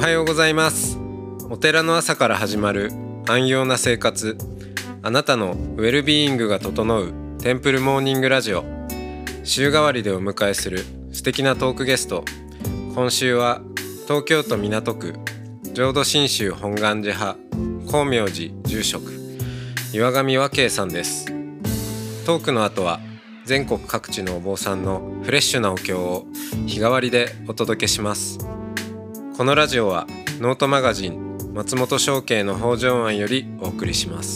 はようございます。お寺の朝から始まる安養な生活、あなたのウェルビーイングが整うテンプルモーニングラジオ。週替わりでお迎えする素敵なトークゲスト。今週は東京都港区浄土真宗本願寺派光明寺住職岩上和慶さんです。トークの後は全国各地のお坊さんのフレッシュなお経を日替わりでお届けします。このラジオはノートマガジン松本商家の北条庵よりお送りします。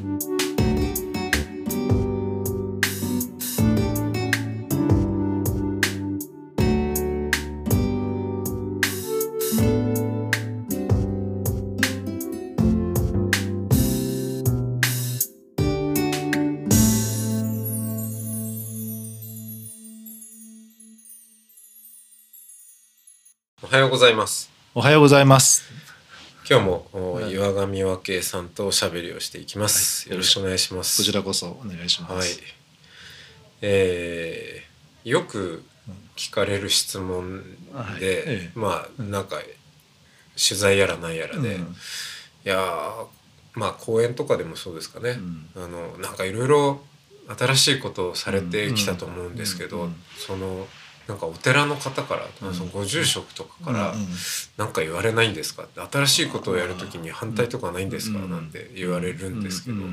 おはようございます。 おはようございます。 今日も岩上和慶さんとおしゃべりをしていきます、はい、よろしくお願いします。 こちらこそお願いします。 はい、よく聞かれる質問で、まあなんか取材やらなんやらで、いやまあ講演とかでもそうですかね、なんかいろいろ新しいことをされてきたと思うんですけど、そのなんかお寺の方から、そのご住職とかからなんか言われないんですか、新しいことをやるときに反対とかないんですか、なんて言われるんですけど、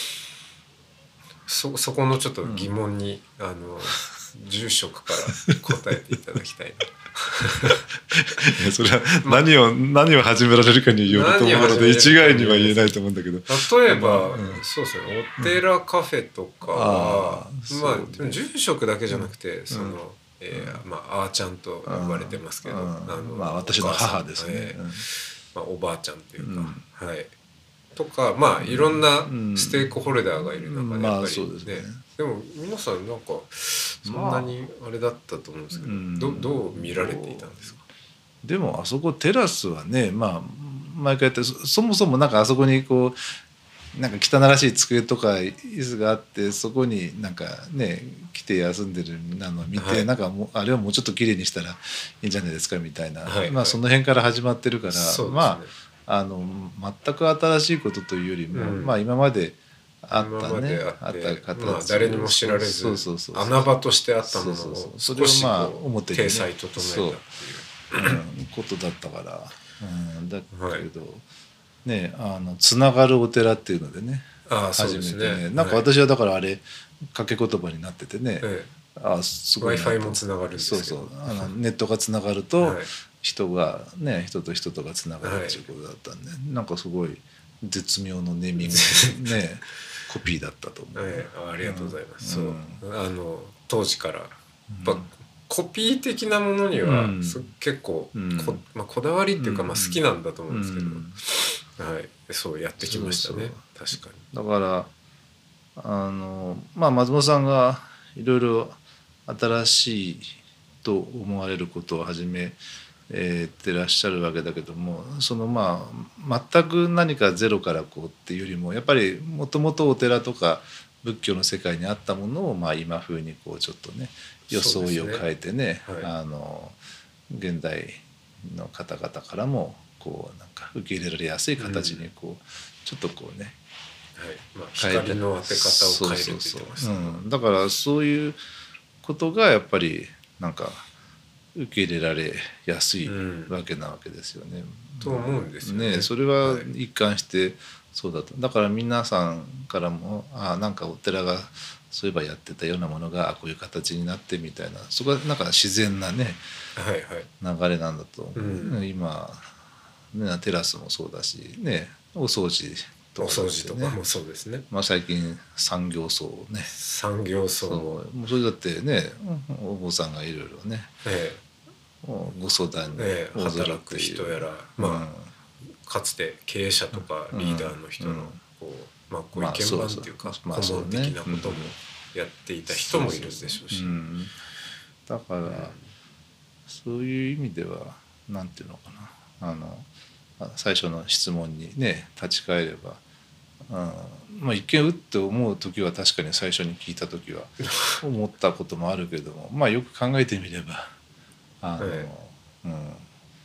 そこのちょっと疑問に、住職から答えていただきたいな。 それは何を始められるかによると思うので一概には言えないと思うんだけど、 例えば、そうですね、お寺カフェとかは、まあ住職だけじゃなくて、そのまああーちゃんと呼ばれてますけど、 まあ私の母ですね、 まあ、おばあちゃんというか、はいとか、まあいろんなステークホルダーがいる中でやっぱりね、でも皆さんなんかそんなにあれだったと思うんですけど、どう見られていたんですか。 でもあそこテラスはね、まあ毎回やってそもそもなんかあそこにこうなんか汚らしい机とか椅子があって、そこになんかね来て休んでるのを見て、なんかあれはもうちょっときれいにしたらいいんじゃないですかみたいな、まあその辺から始まってるから、まあ全く新しいことというよりも、まあ今まであったね、あった形、 まあ、誰にも知られず穴場としてあったものを少しこう体裁整えたっていうことだったから、だけど。ね、つながるお寺っていうのでね、初めてね、なんか私はだからあれ掛け言葉になっててね、 すごい Wi-Fi もつながるんですけど、 ネットがつながると人がね、人と人とがつながるっていうことだったんで、なんかすごい絶妙のネーミングねコピーだったと思う。 ありがとうございます。そう、当時からやっぱコピー的なものには結構こだわりっていうか、まあ好きなんだと思うんですけど、はい、そうやってきましたね。確かに。 だからまあ松本さんがいろいろ新しいと思われることを始めてらっしゃるわけだけども、そのまあ全く何かゼロからこうっていうよりも、やっぱりもともとお寺とか仏教の世界にあったものをまあ今風にこうちょっとね装いを変えてね、現代の方々からもこうなんか受け入れられやすい形にこう、ちょっとこうね、 光の当て方を変えるって言ってました。 だからそういうことがやっぱりなんか受け入れられやすいわけなわけですよね。 と思うんですよね。 それは一貫してそうだと。だから皆さんからもなんかお寺がそういえばやってたようなものがこういう形になってみたいな、そこはなんか自然なね、流れなんだと思う。今ねテラスもそうだしね、お掃除とかもそうですね。 まあ最近産業層ね、 産業層もうそれだってね、お坊さんがいろいろね、ご相談に働く人やら、まあかつて経営者とかリーダーの人のこうご意見番っていうか顧問的なこともやっていた人もいるでしょうし、 だからそういう意味ではなんていうのかな、最初の質問にね立ち返れば、まあ一見って思う時は確かに最初に聞いた時は思ったこともあるけども、まあよく考えてみれば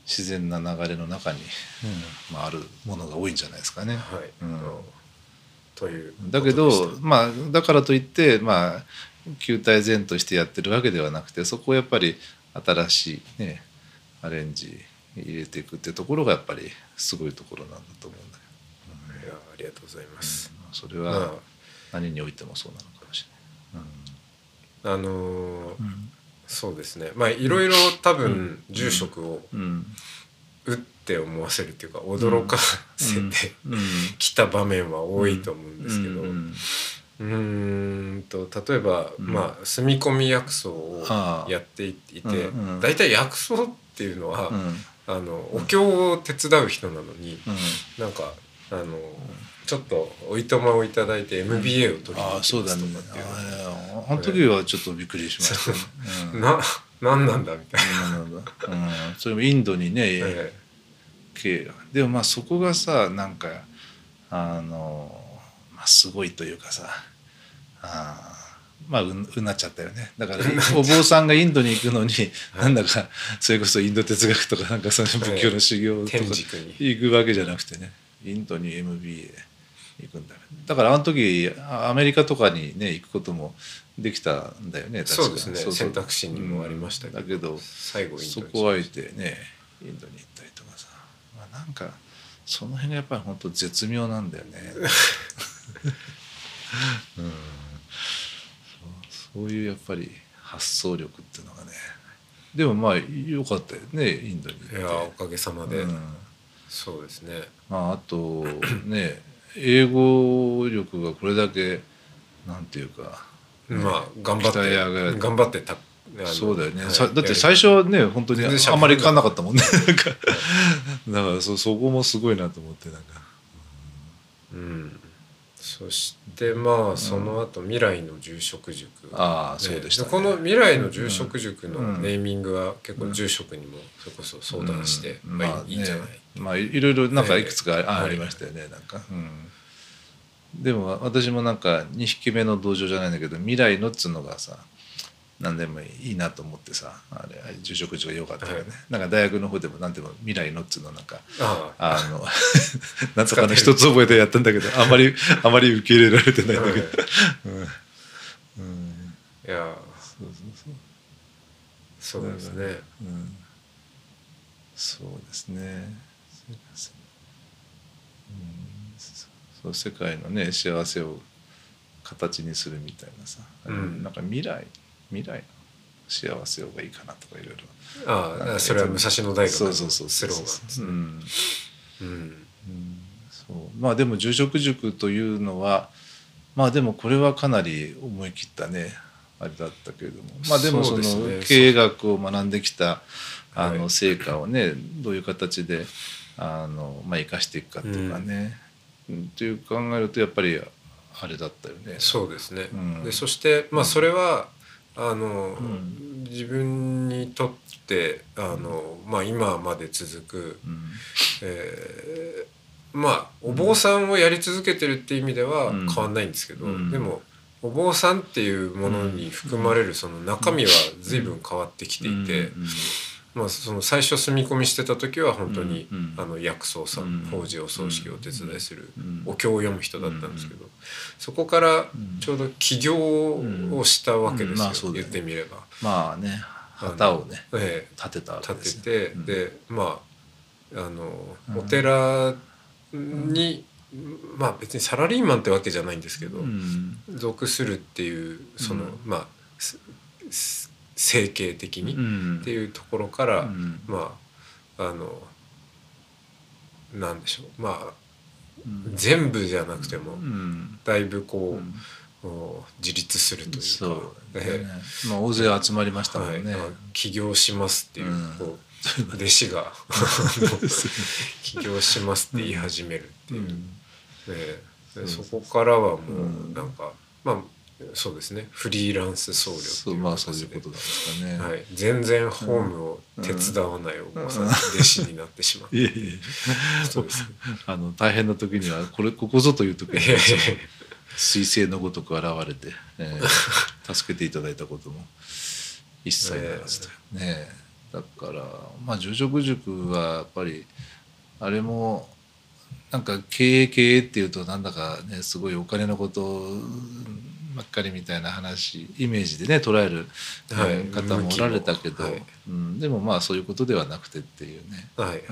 自然な流れの中に、まあ、あるものが多いんじゃないですかね。 はい、というだけど、まあ、だからといって、まあ、旧体前としてやってるわけではなくて、そこをやっぱり新しい、ね、アレンジ入れていくってところがやっぱりすごいところなんだと思うんだけど、 いやありがとうございます。 それは何においてもそうなのかもしれない。 そうですね、まあいろいろ多分住職をうって思わせるっていうか驚かせてきた場面は多いと思うんですけど、例えば、まあ住み込み薬草をやっていて、だいたい薬草っていうのは、お経を手伝う人なのに、なんかちょっとおいとまをいただいて MBA を取りに行きますとかっていうの、 あの時はちょっとびっくりしましたね。 なんなんだみたいな。それもインドにね、でもまあそこがさなんかまあ、すごいというかさまあうなっちゃったよね。だからお坊さんがインドに行くのになんだかそれこそインド哲学とかなんかその仏教の修行とか行くわけじゃなくてね、インドに MBA 行くんだ。だからあの時アメリカとかにね行くこともできたんだよね。 そうですね。選択肢にもありましたけど、 だけど最後インドにそこはあえてねインドに行ったりとかさ、まあ、なんかその辺がやっぱり本当絶妙なんだよね。そういうやっぱり発想力っていうのがね。でもまあ良かったよねインドに行って。 いやおかげさまで、そうですね。 まああとね英語力がこれだけなんていうか、 まあ頑張ってそうだよね。だって最初はね本当にあんまりいかなかったもんね。だからそこもすごいなと思ってなんか。 そしてまあその後未来の住職塾、 そうでしたね。 この未来の住職塾のネーミングは結構住職にもそれこそ相談していいんじゃない。 まあいろいろなんかいくつかありましたよねなんか。でも私もなんか2匹目の道場じゃないんだけど未来のっつうのがさ何でもいいなと思ってさ住職塾が良かったよね。なんか大学の方でも何でも未来のっつうのなんかなんとかの一つ覚えてやったんだけどあまり受け入れられてないんだけど。 いやそうですね。 そうですね。そう世界のね幸せを形にするみたいなさ、なんか未来の幸せがいいかなとかいろいろ。 それは武蔵野大学のスローガンですね。 まあでも住職塾というのはまあでもこれはかなり思い切ったねあれだったけれども、まあでもその経営学を学んできた成果をねどういう形でまあ生かしていくかとかね、っていう考えるとやっぱりあれだったよね。 そうですね。でそしてまあそれは自分にとってまあ今まで続くまあお坊さんをやり続けてるっていう意味では変わんないんですけど、でもお坊さんっていうものに含まれるその中身は随分変わってきていて、まあその最初住み込みしてた時は本当に薬草さん法事お葬式をお手伝いするお経を読む人だったんですけど、そこからちょうど起業をしたわけですよ、言ってみれば。まあね旗をね立てたわけですね。 立ててでまあお寺にまあ別にサラリーマンってわけじゃないんですけど、属するっていうそのまあ生計的にっていうところから、まあなんでしょう、まあ全部じゃなくてもだいぶこう自立するというか、 まあ大勢集まりましたもんね。 起業しますっていう弟子が起業しますって言い始めるっていう、そこからはもうなんかまあそうですね、フリーランス僧侶っていうそういうことなんですかね。 はい、全然ホームを手伝わないお坊さん、弟子になってしまって、 そうですね。大変な時にはここぞという時に彗星のごとく現れて、助けていただいたことも一切ならずとね。 だからまあ住職塾はやっぱりあれもなんか経営っていうとなんだかねすごいお金のことばっかりみたいな話イメージでね捉える方もおられたけど、でもまあそういうことではなくてっていうね、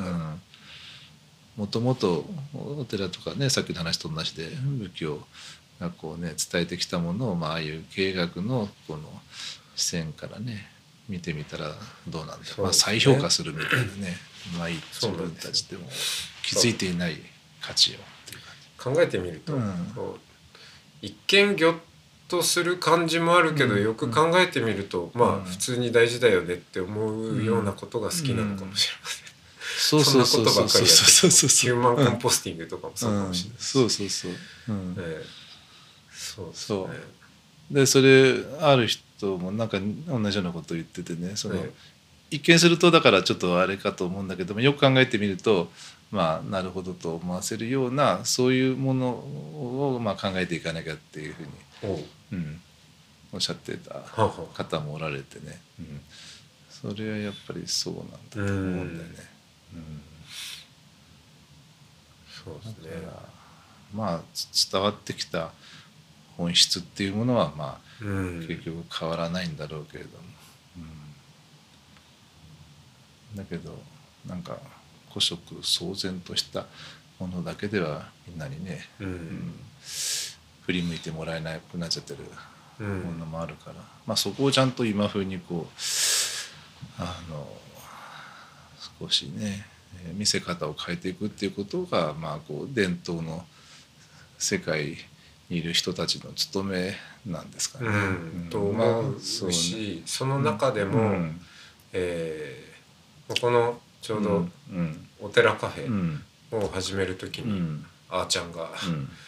もともとお寺とかねさっきの話と同じで仏教がこうね伝えてきたものを、まああいう経営学のこの視線からね見てみたらどうなんだ、まあ、再評価するみたいなねまあ自分たちでも気づいていない価値をっていう感じ考えてみると、一見ぎょっとする感じもあるけど、よく考えてみると、まあ普通に大事だよねって思うようなことが好きなのかもしれません。そんなことばっかりやってる。ヒューマンコンポスティングとかもそうかもしれない。そうそうでそれある人もなんか同じようなことを言っててね一見するとだからちょっとあれかと思うんだけどもよく考えてみるとまあなるほどと思わせるようなそういうものをまあ考えていかなきゃっていうふうに、おっしゃってた方もおられてね、それはやっぱりそうなんだと思うんだよね。 そうですね。 だからまあ伝わってきた本質っていうものはまあ、結局変わらないんだろうけれども、だけどなんか古色騒然としたものだけではみんなにね、振り向いてもらえなくなっちゃってるものもあるから、まあそこをちゃんと今風にこう少しね見せ方を変えていくっていうことがまあこう伝統の世界にいる人たちの務めなんですかね。 と思うし、その中でも、このちょうどお寺カフェを始める時にあーちゃんが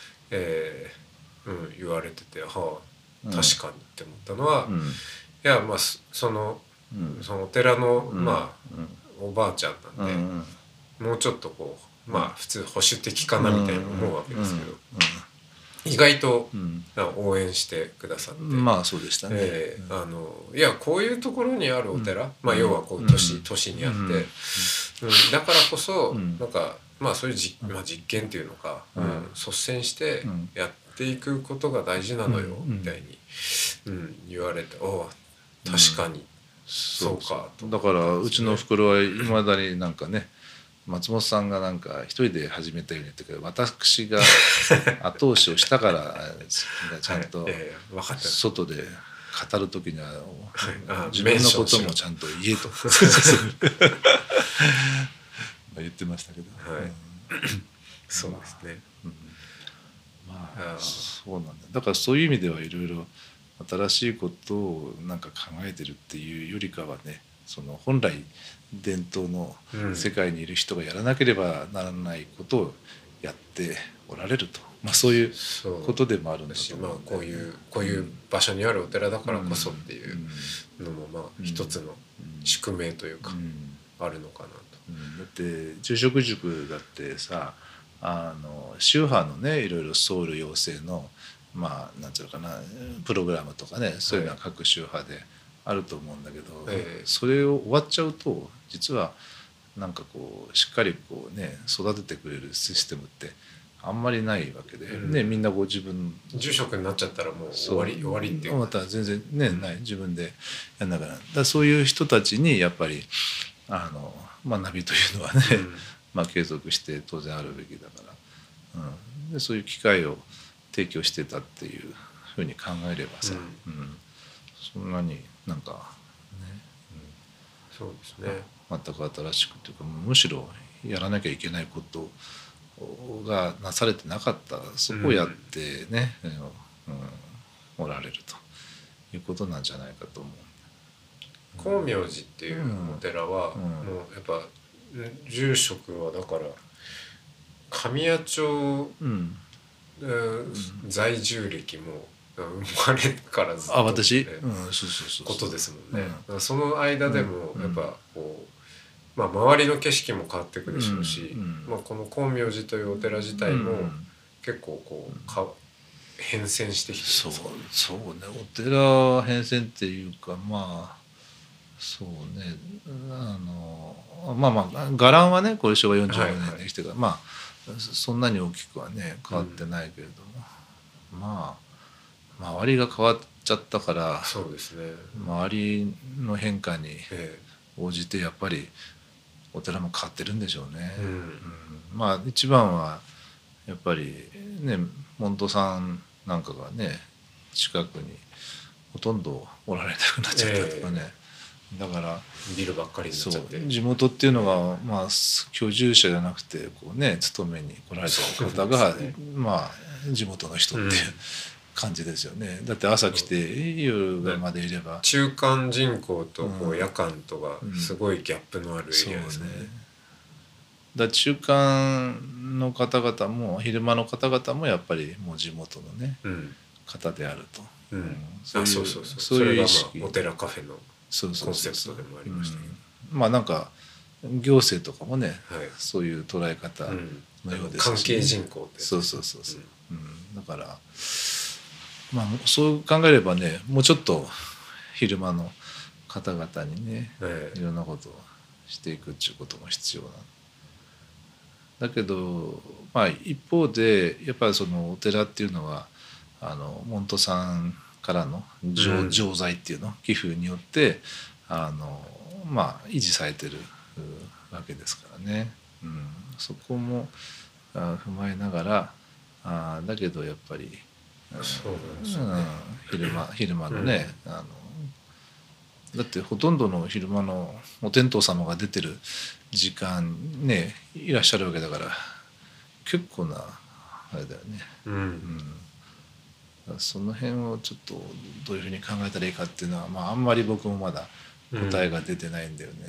言われてて、確かにって思ったのは、いやまあそのお寺のまあおばあちゃんなんで、もうちょっとこうまあ普通保守的かなみたいに思うわけですけど、意外と応援してくださって、 まあそうでしたね。 いやこういうところにあるお寺、まあ要はこう都市にあって、だからこそなんかまあそういう実験っていうのか、率先してやっていくことが大事なのよみたいに言われて、確かにそうかと。 だからうちの袋はいまだになんかね松本さんがなんか一人で始めたように言ったけど、私が後押しをしたからちゃんと外で語る時には自分のこともちゃんと言えと言ってましたけど、 そうですね。 まあそうなんだ。だからそういう意味ではいろいろ新しいことをなんか考えてるっていうよりかはね、その本来伝統の世界にいる人がやらなければならないことをやっておられると、まあ、そういうことでもあるんだと思う、 こういう場所にあるお寺だからこそっていうのもまあ一つの宿命というかあるのかなと。 だって住職塾だってさ宗派のねいろいろソウル養成のまあなんていうのかなプログラムとかねそういうのは各宗派であると思うんだけど、それを終わっちゃうと実はなんかこうしっかりこうね育ててくれるシステムってあんまりないわけで、ね、みんなご自分住職になっちゃったらもう終わりっていうまた全然ね、ない自分でやんながら、そういう人たちにやっぱり学びというのはね、まあ継続して当然あるべきだから、でそういう機会を提供してたっていうふうに考えればさ、そんなになんかね、 そうですね、 全く新しくというかむしろやらなきゃいけないことがなされてなかった、そこをやってね、おられるということなんじゃないかと思う。 光明寺っていうお寺は、もうやっぱ住職はだから神谷町、在住歴も生まれからずっとことですもんね。その間でもやっぱこう、まあ、周りの景色も変わってくるでしょうし、まあ、この光明寺というお寺自体も結構こう変遷してきてるんですかね。 そうね、お寺変遷っていうかまあそうね、まあまあ伽藍はねこれ昭和45年できてから、まあそんなに大きくはね変わってないけれども、まあ周りが変わっちゃったから、 そうですね、 周りの変化に応じてやっぱりお寺も変わってるんでしょうね。まあ一番はやっぱりね門徒さんなんかがね近くにほとんどおられなくなっちゃったとかね、だからビルばっかりになっちゃって、 地元っていうのが、まあ居住者じゃなくてこうね勤めに来られた方が、まあ地元の人っていう感じですよね。だって朝来て夜までいれば、 中間人口とこう夜間とがすごいギャップのあるエリアですね。 だ中間の方々も昼間の方々もやっぱりもう地元のね、方であると、 そういう意識、お寺カフェのコンセプトでもありましたけど、 まあなんか行政とかもね、そういう捉え方のようですし、 関係人口ってそう、だからまあそう考えればねもうちょっと昼間の方々にね、いろんなことをしていくっていうことも必要なんだけど、まあ一方でやっぱりそのお寺っていうのは門徒さんからの常在っていうの寄付によってまあ維持されてるわけですからね、そこも踏まえながらだけどやっぱり、昼間のね、だってほとんどの昼間のお天道様が出てる時間ねいらっしゃるわけだから結構なあれだよね。その辺をちょっとどういうふうに考えたらいいかっていうのは、まあ、あんまり僕もまだ答えが出てないんだよね。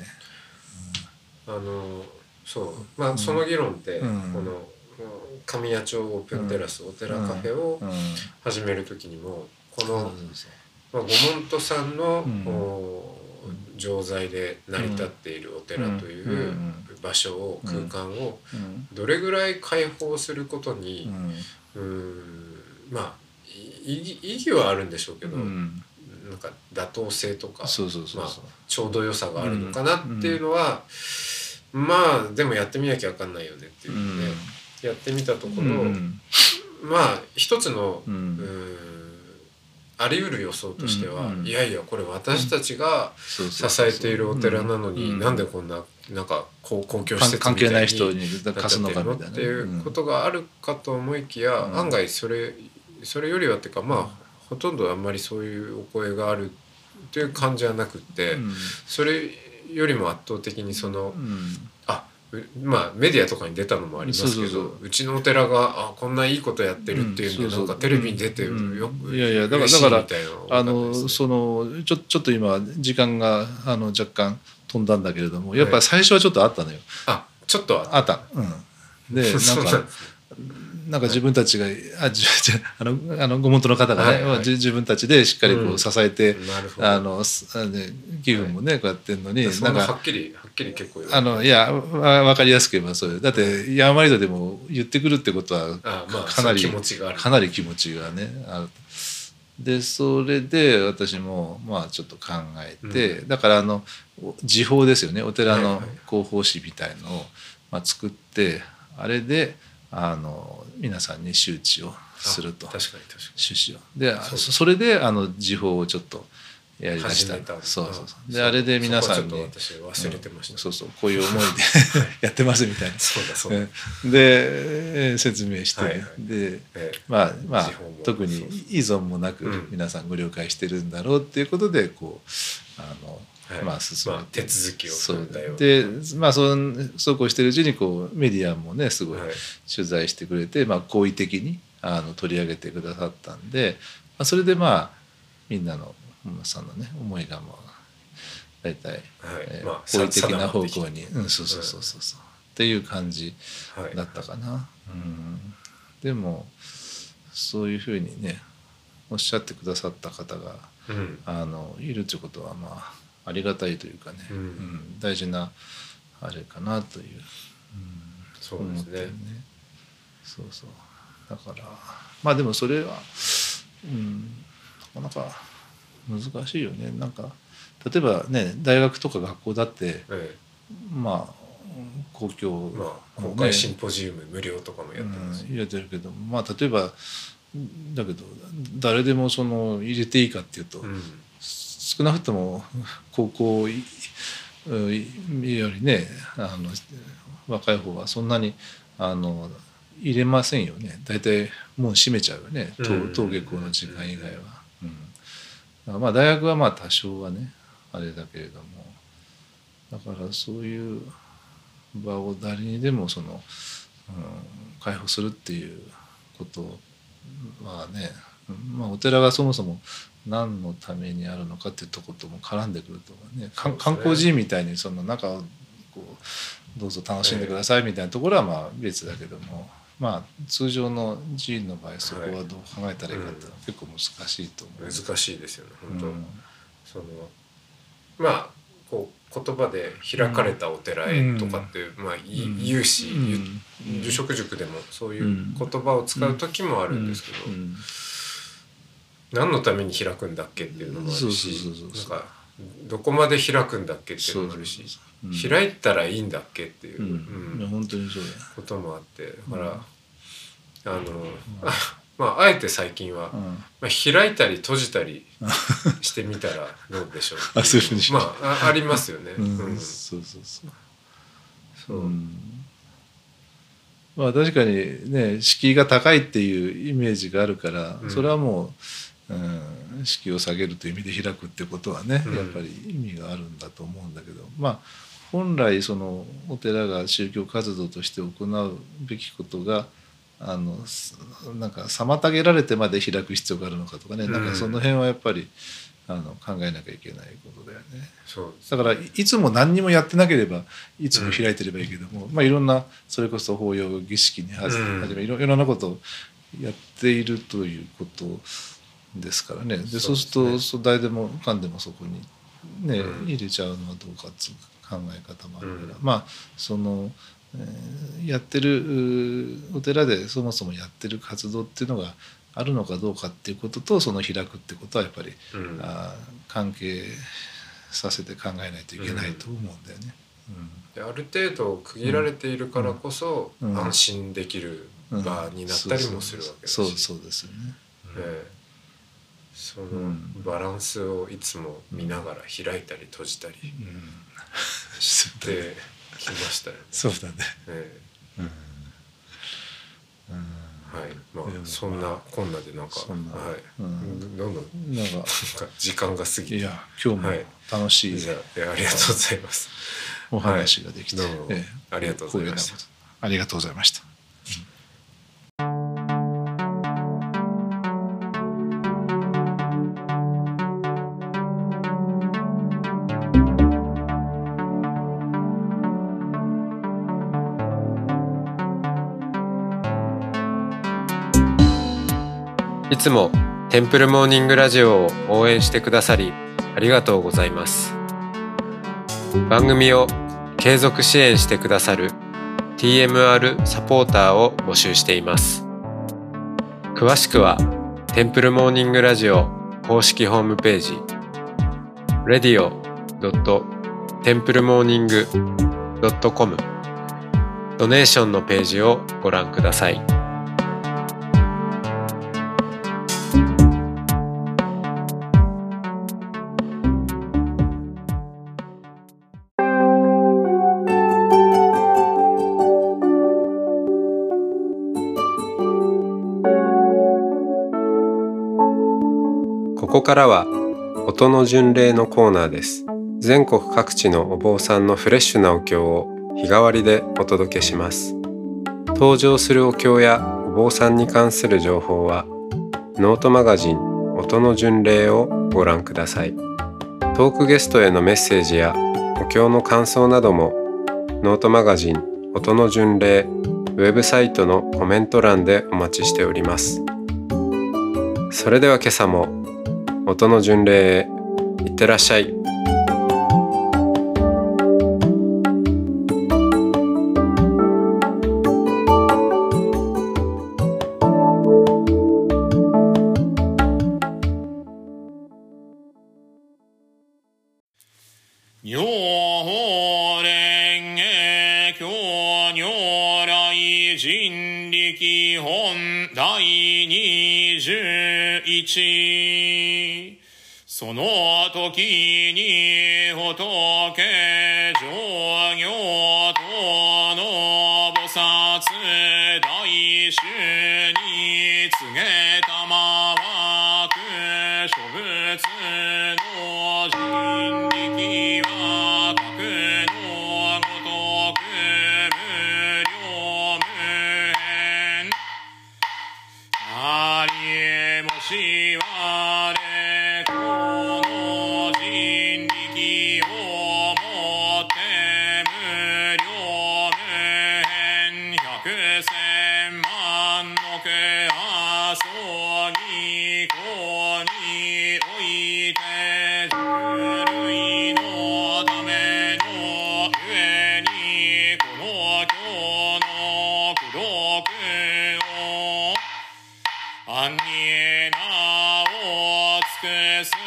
そうまあその議論って、この神谷町オープンテラス、お寺カフェを始める時にもこのご門徒さんの常在で成り立っているお寺という場所を空間をどれぐらい開放することにまあ意義はあるんでしょうけど、なんか妥当性とかちょうど良さがあるのかなっていうのは、まあでもやってみなきゃ分かんないよねっていうのでやってみたところ、まあ一つのあり得る予想としては、いやいやこれ私たちが支えているお寺なのになんでこんななんか公共施設みたいに関係ない人に貸すのかみたいなっていうことがあるかと思いきや、案外それよりはっていうか、まあほとんどあんまりそういうお声があるという感じはなくって、それよりも圧倒的にその、まあメディアとかに出たのもありますけど、うちのお寺がこんないいことやってるっていうんで、なんかテレビに出てよく嬉しいみたいなそのちょっと今時間が若干飛んだんだけれども、やっぱり最初はちょっとあったのよ。 ちょっとあった。でなんか自分たちがご門徒の方がね、自分たちでしっかりこう支えて寄付もねこうやってんのに、 なんかはっきり結構いや分かりやすく言えばそういうだってヤンマリドでも言ってくるってことはかなり気持ちがねある。でそれで私もまあちょっと考えて、だから時報ですよね、お寺の広報誌みたいのを作って、あれで皆さんに周知をすると、趣旨をでそれで時報をちょっとやりだした。であれで皆さんに忘れてました。 こういう思いでやってますみたいなで説明して、でまあ特に依存もなく皆さんご了解してるんだろうっていうことでこう進めて手続きを踏んだよでそうこうしてるうちにこうメディアもねすごい取材してくれて、好意的に取り上げてくださったんで、それでみんなの本間さんのね思いが大体好意的な方向にっていう感じだったかな。でもそういうふうにねおっしゃってくださった方がいるということはありがたいというかね、大事なあれかなという、 そうですね。 だからでもそれはなかなか難しいよね。なんか例えばね大学とか学校だってえまあ公共え、まあ公の開シンポジウム無料とかもやってますし、 やってるけどまあ例えばだけど誰でもその入れていいかっていうと、少なくとも高校よりね若い方はそんなに入れませんよね。大体もう閉めちゃうよね、登下校の時間以外は。だからまあ大学はまあ多少はねあれだけれども、だからそういう場を誰にでも開放するっていうことはね、まあ、お寺がそもそも何のためにあるのかっていうとことも絡んでくると思うね。観光寺院みたいにその中をこうどうぞ楽しんでくださいみたいなところはまあ別だけども、まあ通常の寺院の場合そこはどう考えたらいいかっていうのは結構難しいと思う。 難しいですよね本当、まあこう言葉で開かれたお寺へとかって、まあ、言うし、受食塾でもそういう言葉を使う時もあるんですけど、何のために開くんだっけっていうのもあるし、なんかどこまで開くんだっけっていうのもあるし、開いたらいいんだっけっていう本当にそうだこともあって、だからまああえて最近は、まあ、開いたり閉じたりしてみたらどうでしょうまあありますよね。 まあ確かにね敷居が高いっていうイメージがあるから、それはもう、敷居を下げるという意味で開くってことはね、やっぱり意味があるんだと思うんだけど、まあ本来そのお寺が宗教活動として行うべきことがなんか妨げられてまで開く必要があるのかとかね、なんかその辺はやっぱり考えなきゃいけないことだよね。だからいつも何にもやってなければいつも開いてればいいけども、まあいろんなそれこそ法要儀式にはじめいろんなことをやっているということですからね。でそうすると誰でもかんでもそこにね入れちゃうのはどうかっていう考え方もあるから、まあやってるお寺でそもそもやってる活動っていうのがあるのかどうかっていうこととその開くってことはやっぱり、関係させて考えないといけないと思うんだよね。 ある程度区切られているからこそ、安心できる場になったりもするわけだし、 そうですよね。 そのバランスをいつも見ながら開いたり閉じたりしてきましたよね。 そうだね。 はい、まあそんなこんなでなんかどんどんなんか時間が過ぎて、 いや今日も楽しい、 ありがとうございます。 お話ができて、 ありがとうございました。 ありがとうございました。 いつもテンプルモーニングラジオを応援してくださりありがとうございます。番組を継続支援してくださる TMR サポーターを募集しています。詳しくはテンプルモーニングラジオ公式ホームページ radio.templemorning.com ドネーションのページをご覧ください。ここからは音の巡礼のコーナーです。全国各地のお坊さんのフレッシュなお経を日替わりでお届けします。登場するお経やお坊さんに関する情報はノートマガジン音の巡礼をご覧ください。トークゲストへのメッセージやお経の感想などもノートマガジン音の巡礼ウェブサイトのコメント欄でお待ちしております。それでは今朝も音の巡礼へいってらっしゃい。 妙法蓮華経如来人力本第21。その時に仏上行等の菩薩大衆に告げたまわく諸仏の人力は格のごとく無量無辺ありもしわれこの人力をもって無量無辺百千万の句阿僧義行において人類のためのゆえにこの経の功徳を安に名を尽くす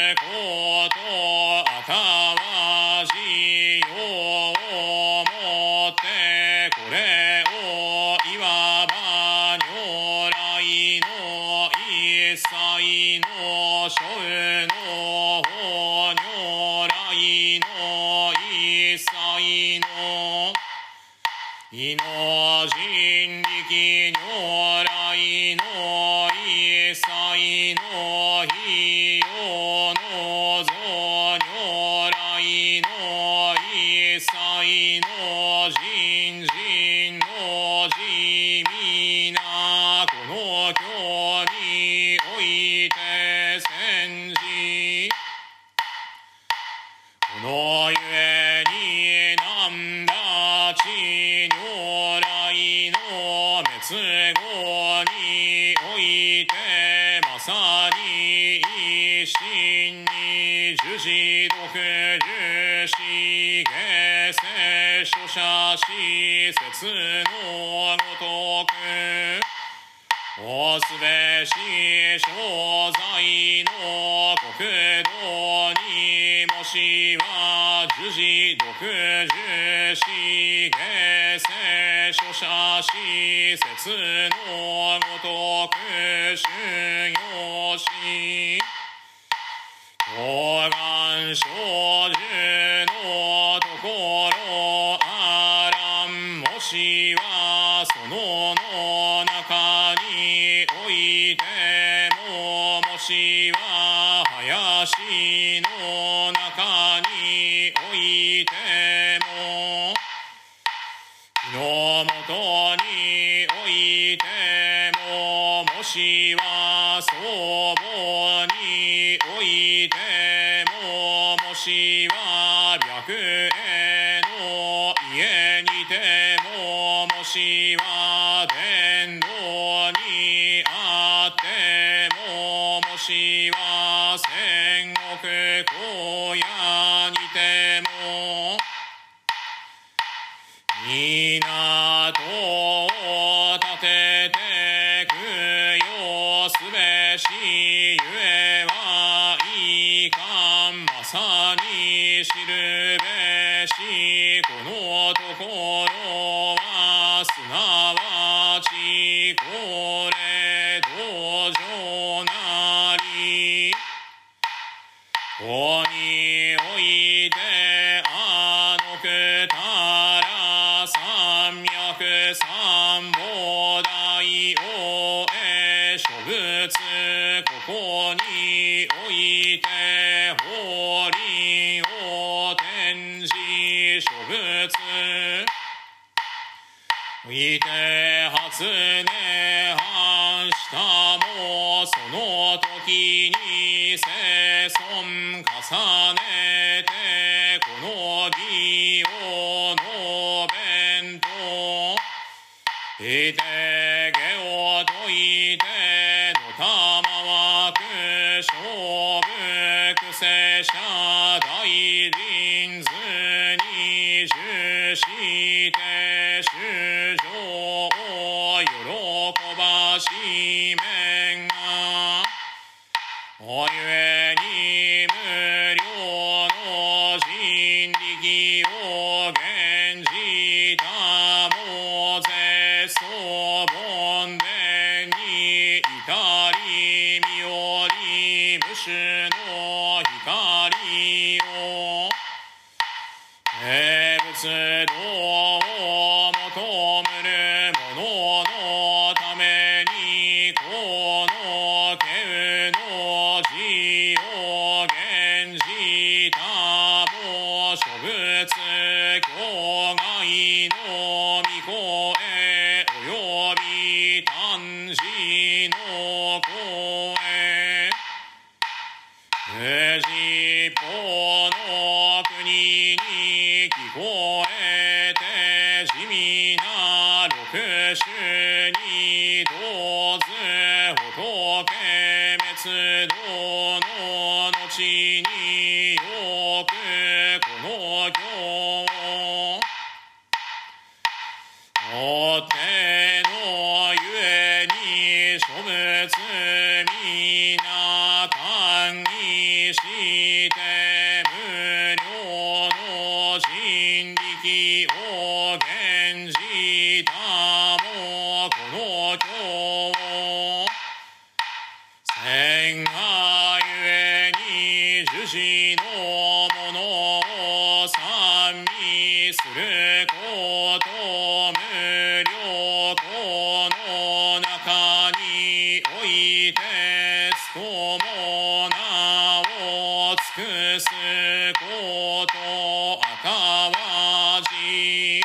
ことあたわしようもってこれをいわば如来の一切の諸の法如来の一切の異の人力如来の一切の非用の像如来の一切の人人の地味なこの経において宣じこのゆえになんだち如来の滅後においてまさに一心に受持読受し下世書写し説のごとくおすべし所在の国土にもしは受持読受し下世書写し説のごとく修行し教願成就のところあらんもしはその中においてももしは林の中においても火の元においてももしは僧帽においてももしは白衣の家にてももしは伝道にあってももしは戦国荒野にても港を立てて供養すべしゆえはいかんまさに知るべしこのところはすなわちこれ道場なりこにおいてあのくたら三脈三菩提を諸仏ここにおいて法輪を転じ諸仏おいて初音反したもその時に世尊重ねてこの義を述べんといて下を説いてのたまわく勝負世者大臨図に受して衆生を喜ばしめんがおゆえに無料の人主の光を生物道を求むる者のためにこの稀の字を現じたも諸物境外の御声および誕生の声無実法の国に聞こえて地味な六種に同ず仏滅道の後によくこの経お手のゆえに諸物皆歓喜して無量の人力を現じたもこの経千がゆえに樹脂のものを賛美すること無量この中においてつとも名を尽くすことあかわじ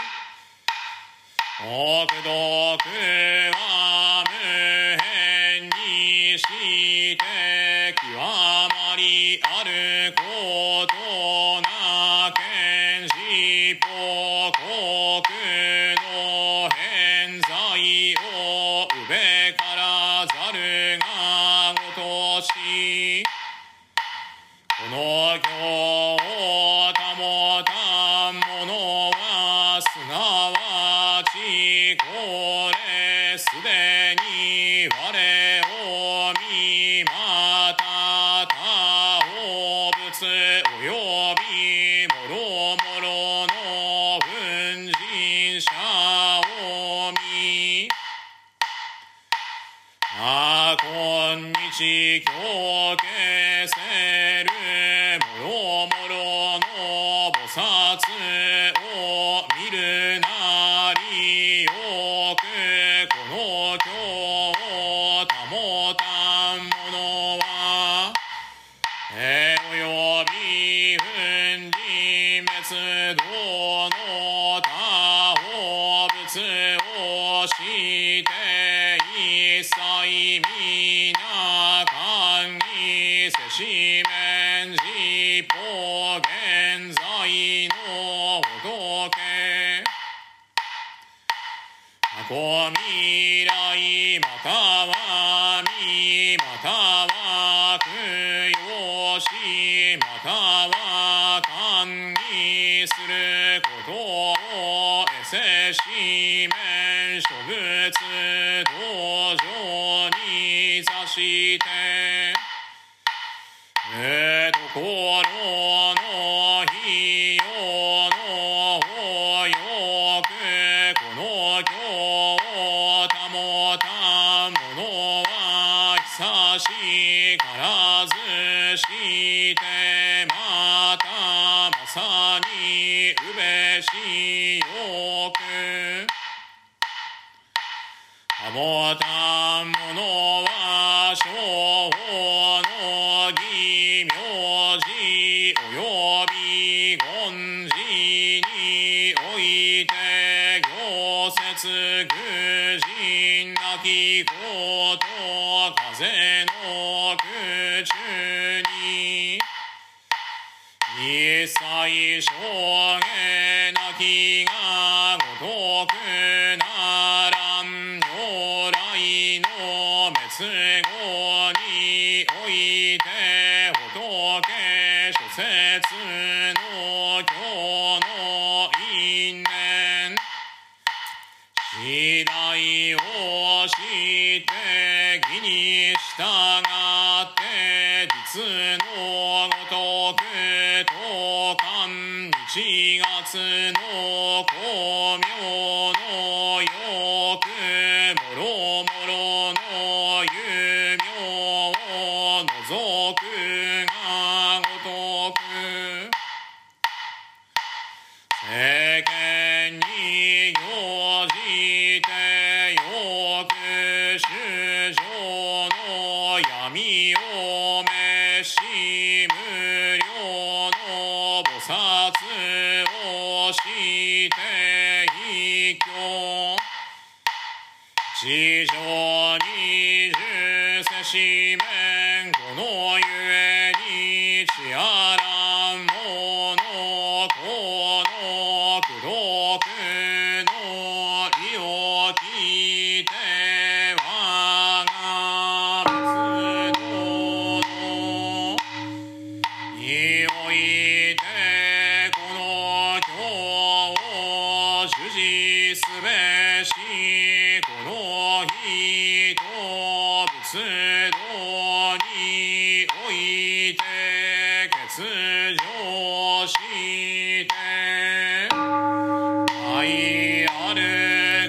奥読は無辺にして極まりあることなけんしぽ国の偏在をうべからざるがごとしこの経を保たん者はすなわちこれすでに我を見また他法物およびもろもろの奮人者を見今日今日せるもろもろの菩薩を見るなりよくこの経を保たん者はおよび奮人滅道の他法物をして一切皆歓喜せしめん実法現在の仏過去未来または未または供養しまたは歓喜することを得せしめん諸物道場に座してところの費用の方よくこの経を保たん者は久しからずしてまたまさにうべしよく保たん者は正法の義名字および言字において行説愚人なきこと風の空中に一切証言なきがごとくならん如来の滅後において仏諸説の経の因縁次第を知って義に従って実のごとく当観日月の光明のよくもろもろの有名除くがごとく世間に乗じてよく衆生の闇を召し無料の菩薩をして一挙地上に十世四面このゆえにちあらんものこの苦毒の意を聞いて我が仏道のにおいてこの経を主持すべしこの人仏道において欠如して愛ある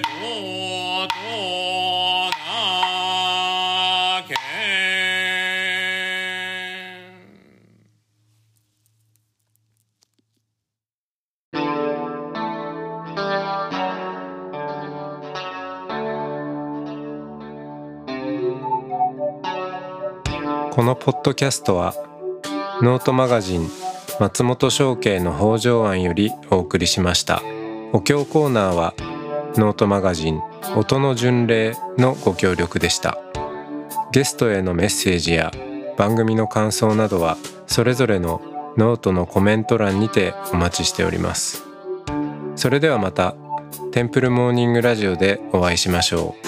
ことなけこのポッドキャストはノートマガジン松本商家の北条庵よりお送りしました。お経コーナーはノートマガジン音の巡礼のご協力でした。ゲストへのメッセージや番組の感想などはそれぞれのノートのコメント欄にてお待ちしております。それではまたテンプルモーニングラジオでお会いしましょう。